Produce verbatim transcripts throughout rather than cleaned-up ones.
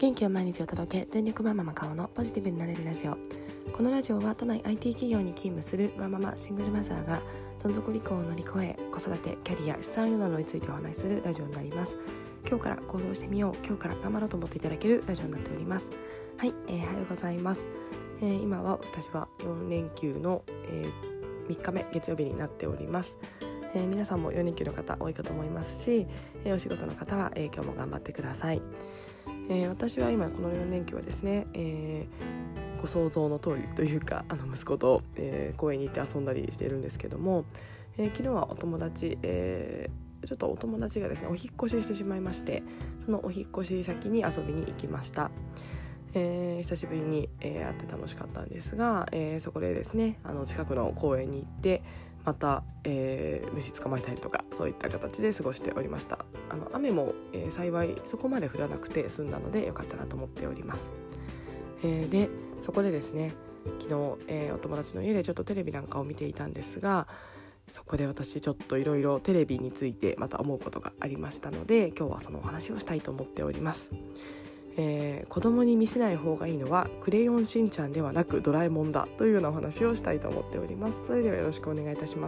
元気を毎日お届け、全力マママカオのポジティブになれるラジオ。このラジオは都内 アイティー 企業に勤務するワーママシングルマザーがどん底離婚を乗り越え、子育て、キャリア、資産運用などについてお話しするラジオになります。今日から行動してみよう、今日から頑張ろうと思っていただけるラジオになっております。はい、えー、おはようございます。えー、今は私はよん連休の、えー、みっかめ月曜日になっております。えー、皆さんもよん連休の方多いかと思いますし、えー、お仕事の方は、えー、今日も頑張ってください。えー、私は今このよん連休はですね、えー、ご想像の通りというか、あの息子と、えー、公園に行って遊んだりしているんですけども、えー、昨日はお友達、えー、ちょっとお友達がですねお引っ越ししてしまいまして、そのお引っ越し先に遊びに行きました。えー、久しぶりに、えー、会って楽しかったんですが、えー、そこでですねあの近くの公園に行ってまた、えー、虫捕まえたりとかそういった形で過ごしておりました。あの雨も、えー、幸いそこまで降らなくて済んだのでよかったなと思っております。えー、でそこでですね昨日、えー、お友達の家でちょっとテレビなんかを見ていたんですが、そこで私ちょっといろいろテレビについてまた思うことがありましたので、今日はそのお話をしたいと思っております。えー、子供に見せない方がいいのはクレヨンしんちゃんではなくドラえもんだというようなお話をしたいと思っております。それではよろしくお願いいたします。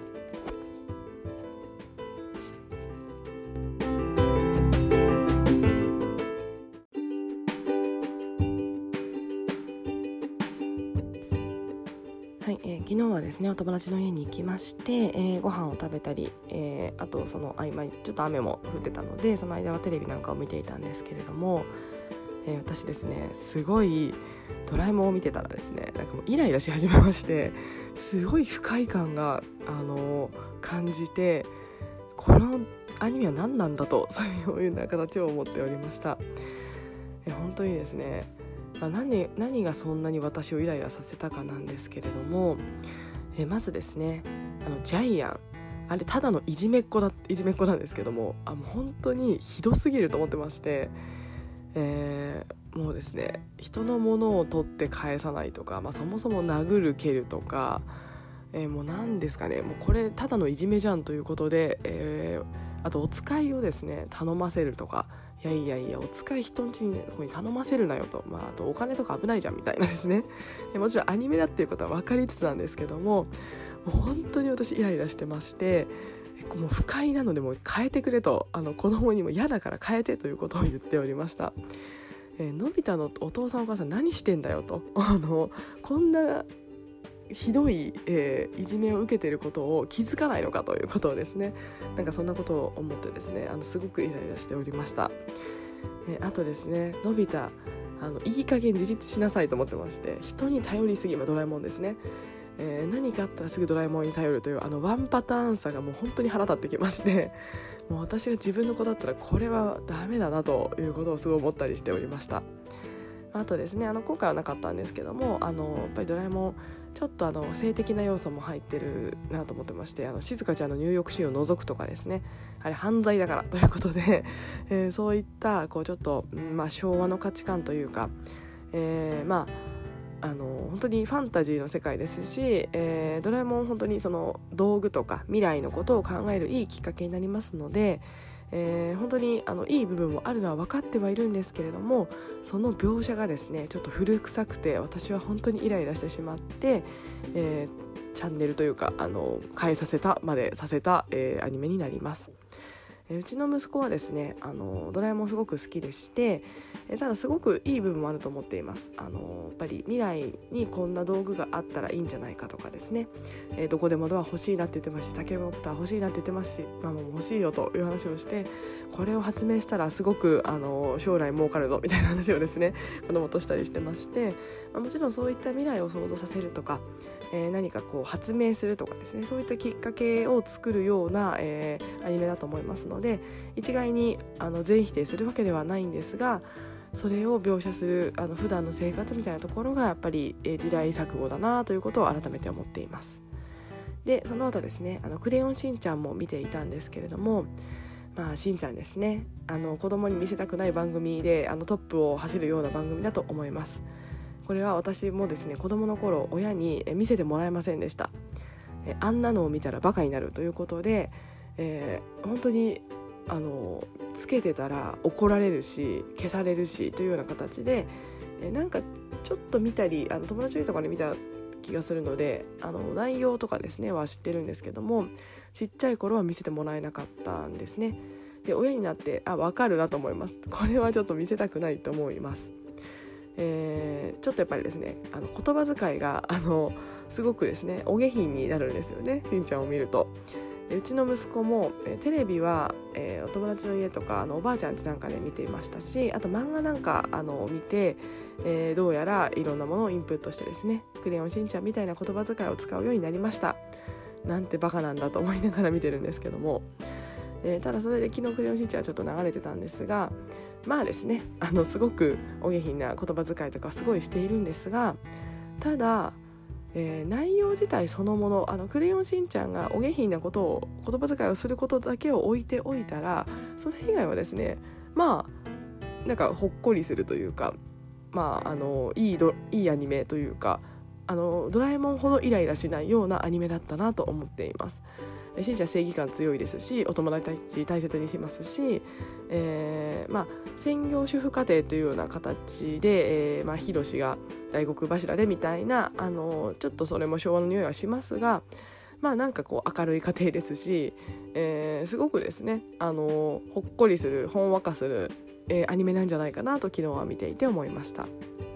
はい、えー、昨日はですねお友達の家に行きまして、えー、ご飯を食べたり、えー、あとその合間にちょっと雨も降ってたのでその間はテレビなんかを見ていたんですけれども、えー、私ですねすごいドラえもんを見てたらですねなんかもうイライラし始めまして、すごい不快感が、あのー、感じて、このアニメは何なんだとそういうような形を思っておりました。えー、本当にですね何, 何がそんなに私をイライラさせたかなんですけれども、えまずですねあのジャイアンあれただのいじめっ子だいじめっ子なんですけども、あもう本当にひどすぎると思ってまして、えー、もうですね人のものを取って返さないとか、まあ、そもそも殴る蹴るとか、えー、もう何ですかねもうこれただのいじめじゃんということで、えー、あとお使いをですね頼ませるとか、いやいやいやお使い人んちに頼ませるなよと、まあ、あとお金とか危ないじゃんみたいなですねもちろんアニメだっていうことは分かりつつなんですけども、もう本当に私イライラしてまして、もう不快なのでもう変えてくれと、あの子供にも嫌だから変えてということを言っておりました。えー、のび太のお父さんお母さん何してんだよと、あのこんなひどい、えー、いじめを受けていることを気づかないのかということをですね、なんかそんなことを思ってですねあのすごくイライラしておりました。えー、あとですねのび太あのいい加減自立しなさいと思ってまして、人に頼りすぎ、まあ、ドラえもんですね、えー、何かあったらすぐドラえもんに頼るというあのワンパターンさがもう本当に腹立ってきまして、もう私が自分の子だったらこれはダメだなということをすごい思ったりしておりました。あとですねあの今回はなかったんですけども、あのやっぱりドラえもんちょっとあの性的な要素も入ってるなと思ってまして、あの静香ちゃんの入浴シーンを除くとかですね、あれ犯罪だからということで、えー、そういったこうちょっと、まあ、昭和の価値観というか、えー、まああの本当にファンタジーの世界ですし、えー、ドラえもん本当にその道具とか未来のことを考えるいいきっかけになりますので、えー、本当にあのいい部分もあるのは分かってはいるんですけれども、その描写がですねちょっと古臭くて私は本当にイライラしてしまって、えー、チャンネルというかあの変えさせたまでさせた、えー、アニメになります。えー、うちの息子はですねあのドラえもんすごく好きでして、えー、ただすごくいい部分もあると思っています。あのやっぱり未来にこんな道具があったらいいんじゃないかとかですね、えー、どこでもドア欲しいなって言ってますし、タケコプター欲しいなって言ってますし、ママも欲しいよという話をして、これを発明したらすごくあの将来儲かるぞみたいな話をですね子供としたりしてまして、まあ、もちろんそういった未来を想像させるとか、えー、何かこう発明するとかですね、そういったきっかけを作るような、えー、アニメだと思いますので、一概にあの全否定するわけではないんですが、それを描写するあの普段の生活みたいなところがやっぱり、えー、時代錯誤だなということを改めて思っています。でその後ですねあのクレヨンしんちゃんも見ていたんですけれども、まあしんちゃんですねあの子供に見せたくない番組であのトップを走るような番組だと思います。これは私もですね子供の頃親に見せてもらえませんでした。えあんなのを見たらバカになるということで、えー、本当にあのつけてたら怒られるし消されるしというような形で、えなんかちょっと見たりあの友達とかで見た気がするので、あの内容とかですねは知ってるんですけども、ちっちゃい頃は見せてもらえなかったんですね。で親になってあ分かるなと思います。これはちょっと見せたくないと思います。えー、ちょっとやっぱりですねあの言葉遣いがあのすごくですねお下品になるんですよね、しんちゃんを見ると。でうちの息子も、えー、テレビは、えー、お友達の家とかあのおばあちゃん家なんかで見ていましたし、あと漫画なんかあの見て、えー、どうやらいろんなものをインプットしてですねクレヨンしんちゃんみたいな言葉遣いを使うようになりました。なんてバカなんだと思いながら見てるんですけども、えー、ただそれで昨日クレヨンしんちゃんはちょっと流れてたんですが、まあですねあのすごくお下品な言葉遣いとかすごいしているんですが、ただえー、内容自体そのもの、あのクレヨンしんちゃんがお下品なことを言葉遣いをすることだけを置いておいたら、それ以外はですねまあなんかほっこりするというか、まああのいいどいいアニメというか、あのドラえもんほどイライラしないようなアニメだったなと思っています。しんちゃん正義感強いですし、お友達大切にしますし、えーまあ、専業主婦家庭というような形で、えーまあ、ヒロシが大黒柱でみたいな、あのちょっとそれも昭和の匂いはしますが、まあなんかこう明るい家庭ですし、えー、すごくですね、あのほっこりする、ほんわかする、えー、アニメなんじゃないかなと昨日は見ていて思いました。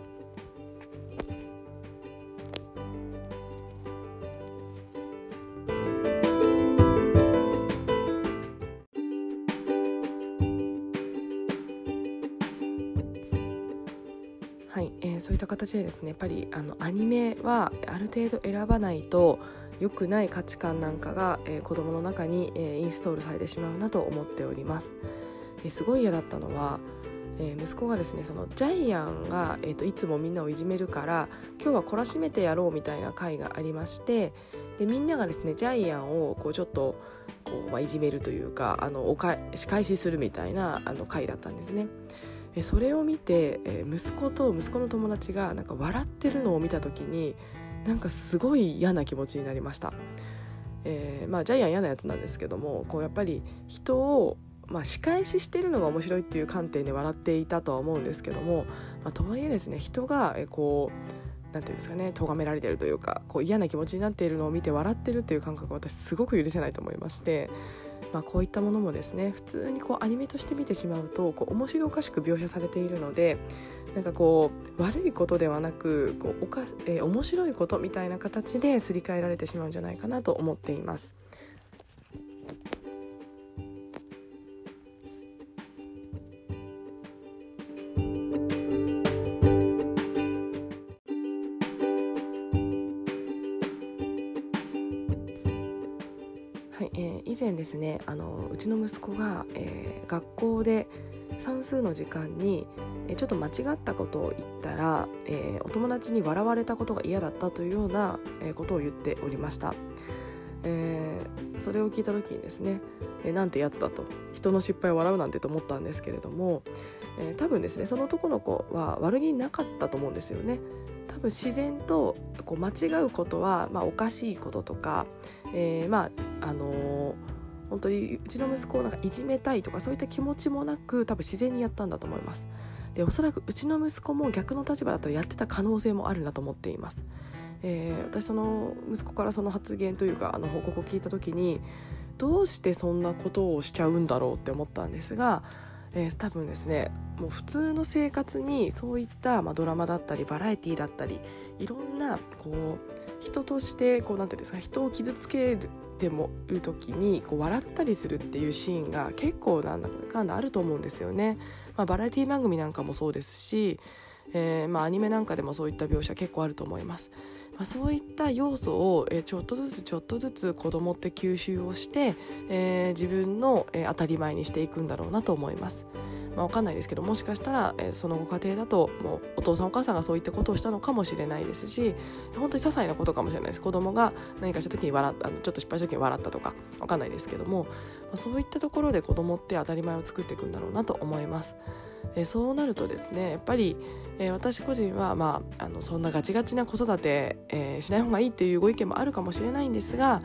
はい、えー、そういった形でですねやっぱりあのアニメはある程度選ばないと良くない価値観なんかが、えー、子どもの中に、えー、インストールされてしまうなと思っております。えー、すごい嫌だったのは、えー、息子がですねそのジャイアンが、えーと、いつもみんなをいじめるから今日は懲らしめてやろうみたいな会がありまして、でみんながですねジャイアンをこうちょっとこう、まあ、いじめるというかあのおか仕返しするみたいなあの会だったんですね。それを見て息子と息子の友達がなんか笑ってるのを見た時になんかすごい嫌な気持ちになりました。えーまあ、ジャイアン嫌なやつなんですけども、こうやっぱり人を、まあ、仕返ししてるのが面白いっていう観点で笑っていたとは思うんですけども、まあ、とはいえですね人がこうなんていうんですかね咎められているというかこう嫌な気持ちになっているのを見て笑ってるっていう感覚は私すごく許せないと思いまして、まあ、こういったものもですね普通にこうアニメとして見てしまうとこう面白おかしく描写されているので、なんかこう悪いことではなくこうおか、えー、面白いことみたいな形ですり替えられてしまうんじゃないかなと思っています。はい、えー、以前ですねあのうちの息子が、えー、学校で算数の時間に、えー、ちょっと間違ったことを言ったら、えー、お友達に笑われたことが嫌だったというような、えー、ことを言っておりました。えー、それを聞いた時にですね、えー、なんてやつだと、人の失敗を笑うなんてと思ったんですけれども、えー、多分ですねその男の子は悪気なかったと思うんですよね。多分自然とこう間違うことは、まあ、おかしいこととか、えー、まああのー、本当にうちの息子をなんかいじめたいとかそういった気持ちもなく多分自然にやったんだと思います。でおそらくうちの息子も逆の立場だったらやってた可能性もあるなと思っています。えー、私その息子からその発言というかあの報告を聞いた時にどうしてそんなことをしちゃうんだろうって思ったんですが、えー、多分ですねもう普通の生活にそういった、まあ、ドラマだったりバラエティだったりいろんなこう人としてこうなんていうんですか人を傷つけてもる時にこう笑ったりするっていうシーンが結構なんだかんだあると思うんですよね。まあ、バラエティ番組なんかもそうですし、えーまあ、アニメなんかでもそういった描写結構あると思います。まあ、そういった要素を、えー、ちょっとずつちょっとずつ子供って吸収をして、えー、自分の、えー、当たり前にしていくんだろうなと思います。まあ、分かんないですけどもしかしたら、えー、そのご家庭だともうお父さんお母さんがそういったことをしたのかもしれないですし、本当に些細なことかもしれないです。子供が何かした時に笑ったあのちょっと失敗した時に笑ったとか分かんないですけども、まあ、そういったところで子供って当たり前を作っていくんだろうなと思います。えー、そうなるとですねやっぱり、えー、私個人は、まあ、あのそんなガチガチな子育て、えー、しない方がいいっていうご意見もあるかもしれないんですが、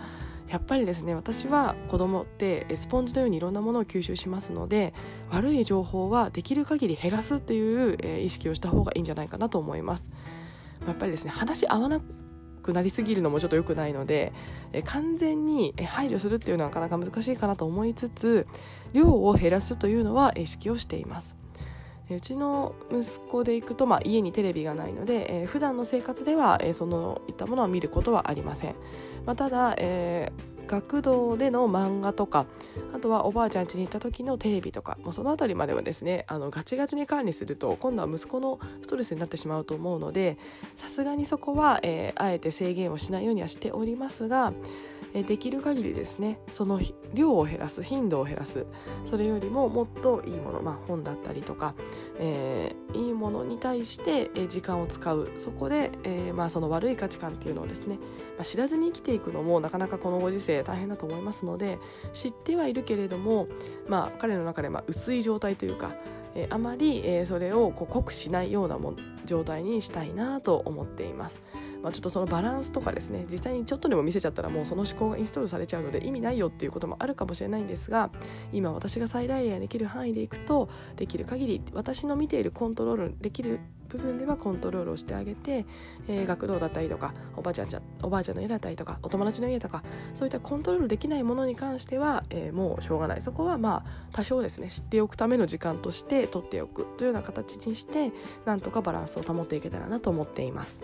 やっぱりですね、私は子供ってスポンジのようにいろんなものを吸収しますので、悪い情報はできる限り減らすっていう意識をした方がいいんじゃないかなと思います。やっぱりですね、話合わなくなりすぎるのもちょっと良くないので、完全に排除するっていうのはなかなか難しいかなと思いつつ、量を減らすというのは意識をしています。うちの息子でいくと、まあ、家にテレビがないので、えー、普段の生活では、えー、そのいったものは見ることはありません。まあ、ただ、えー、学童での漫画とか、あとはおばあちゃん家に行った時のテレビとか、まあ、そのあたりまではですね、あのガチガチに管理すると今度は息子のストレスになってしまうと思うので、さすがにそこは、えー、あえて制限をしないようにはしておりますが、できる限りですね、その量を減らす、頻度を減らす、それよりももっといいもの、まあ、本だったりとか、えー、いいものに対して時間を使う。そこで、えーまあ、その悪い価値観っていうのをですね、まあ、知らずに生きていくのもなかなかこのご時世大変だと思いますので、知ってはいるけれども、まあ、彼の中でまあ薄い状態というか、えー、あまり、えー、それをこう濃くしないようなも状態にしたいなと思っています。まあ、ちょっとそのバランスとかですね、実際にちょっとでも見せちゃったらもうその思考がインストールされちゃうので意味ないよっていうこともあるかもしれないんですが、今私が最大限できる範囲でいくと、できる限り私の見ているコントロールできる部分ではコントロールをしてあげて、えー、学童だったりとかおばあちゃんちゃおばあちゃんの家だったりとかお友達の家とか、そういったコントロールできないものに関しては、えー、もうしょうがない。そこはまあ多少ですね、知っておくための時間として取っておくというような形にして、なんとかバランスを保っていけたらなと思っています。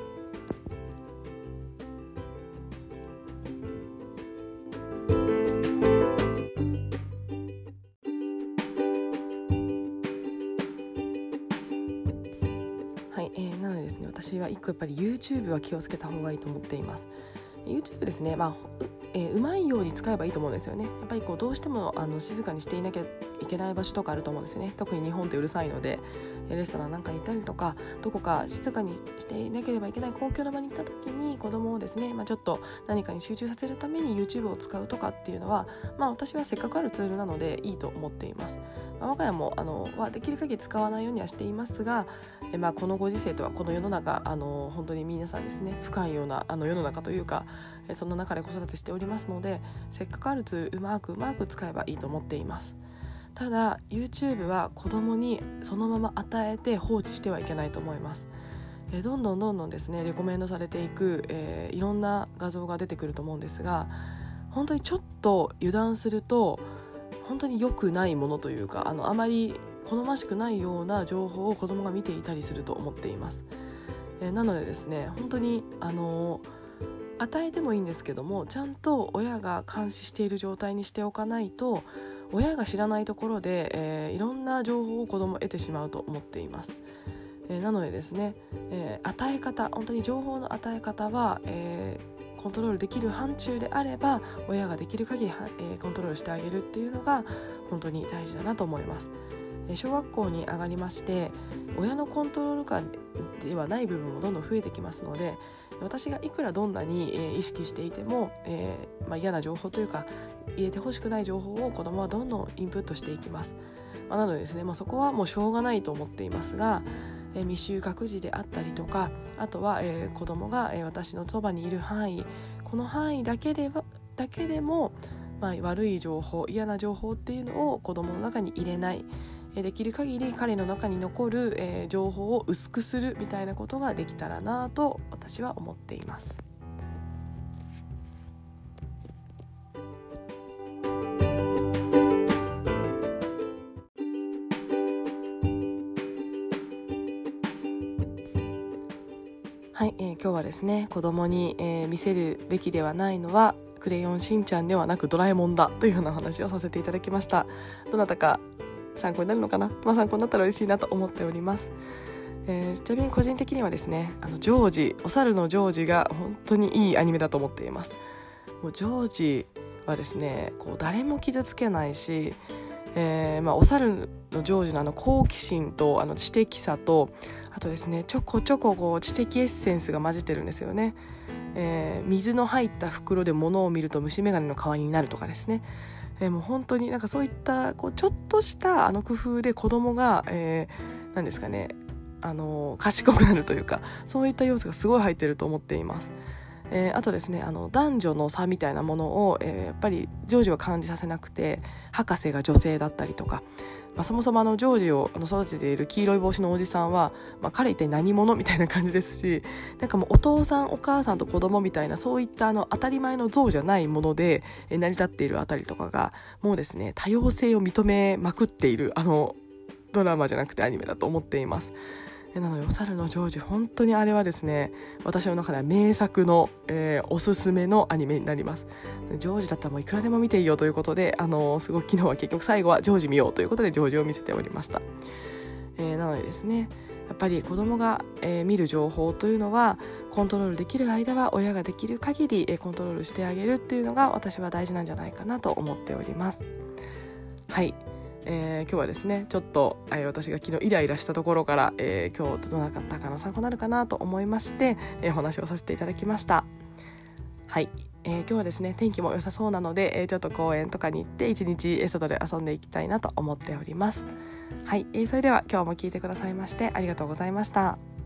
はい、えー、なのでですね、私は一個やっぱり YouTube は気をつけた方がいいと思っています。 YouTube ですね、まあう,、えー、うまいように使えばいいと思うんですよね。やっぱりこうどうしてもあの静かにしていなきゃいけない場所とかあると思うんですよね。特に日本ってうるさいので、レストランなんかに行ったりとか、どこか静かにしていなければいけない公共の場に行った時に子供をですね、まあ、ちょっと何かに集中させるために YouTube を使うとかっていうのは、まあ、私はせっかくあるツールなのでいいと思っています。まあ、我が家もあのはできる限り使わないようにはしていますが、えまあ、このご時世とはこの世の中、あの本当に皆さんですね、不寛容なあの世の中というか、えそんな中で子育てしておりますので、せっかくあるツールうまくうまく使えばいいと思っています。ただ YouTube は子供にそのまま与えて放置してはいけないと思います。えどんどんどんどんですね、レコメンドされていく、えー、いろんな画像が出てくると思うんですが、本当にちょっと油断すると本当に良くないものというか、あのあまり好ましくないような情報を子供が見ていたりすると思っています。えー、なのでですね、本当にあのー、与えてもいいんですけども、ちゃんと親が監視している状態にしておかないと、親が知らないところで、えー、いろんな情報を子供得てしまうと思っています。えー、なのでですね、えー、与え方、本当に情報の与え方は、えー、コントロールできる範疇であれば親ができる限り、えー、コントロールしてあげるっていうのが本当に大事だなと思います。えー、小学校に上がりまして親のコントロール下ではない部分もどんどん増えてきますので、私がいくらどんなに、えー、意識していても、えーまあ、嫌な情報というか入れてほしくない情報を子どもはどんどんインプットしていきます。まあ、なのでですね、まあ、そこはもうしょうがないと思っていますが、えー、未就学児であったりとか、あとは、えー、子どもが、えー、私のそばにいる範囲、この範囲だけではだけでも、まあ、悪い情報、嫌な情報っていうのを子どもの中に入れない、えー、できる限り彼の中に残る、えー、情報を薄くするみたいなことができたらなと私は思っています。はい、えー、今日はですね、子供に、えー、見せるべきではないのはクレヨンしんちゃんではなくドラえもんだというような話をさせていただきました。どなたか参考になるのかな、まあ、参考になったら嬉しいなと思っております。えー、ちなみに個人的にはですね、あのジョージ、お猿のジョージが本当にいいアニメだと思っています。もうジョージはですね、こう誰も傷つけないし、えーまあ、お猿のジョージのあの好奇心とあの知的さと、あとですね、ちょこちょここう知的エッセンスが混じってるんですよね。えー、水の入った袋で物を見ると虫眼鏡の代わりになるとかですね、えー、もう本当になんかそういったこうちょっとしたあの工夫で子供が、えー、なんですかね、あの賢くなるというか、そういった要素がすごい入ってると思っています。 えー、あとですねあの男女の差みたいなものを、えー、やっぱりジョージは感じさせなくて、博士が女性だったりとか、まあ、そもそもあのジョージをあの育てている黄色い帽子のおじさんは、まあ、彼一体何者みたいな感じですし、なんかもうお父さんお母さんと子供みたいなそういったあの当たり前の像じゃないものでえ成り立っているあたりとかがもうですね多様性を認めまくっているあのドラマじゃなくてアニメだと思っています。なのでお猿のジョージ、本当にあれはですね私の中では名作の、えー、おすすめのアニメになります。ジョージだったらもういくらでも見ていいよということで、あのー、すごく昨日は結局最後はジョージ見ようということでジョージを見せておりました。えー、なのでですねやっぱり子供が、えー、見る情報というのはコントロールできる間は親ができる限り、えー、コントロールしてあげるっていうのが私は大事なんじゃないかなと思っております。はい、えー、今日はですねちょっと、えー、私が昨日イライラしたところから、えー、今日どなかったかの参考になるかなと思いまして、えー、お話をさせていただきました。はい、えー、今日はですね天気も良さそうなので、えー、ちょっと公園とかに行って一日外で遊んでいきたいなと思っております。はい、えー、それでは今日も聞いてくださいましてありがとうございました。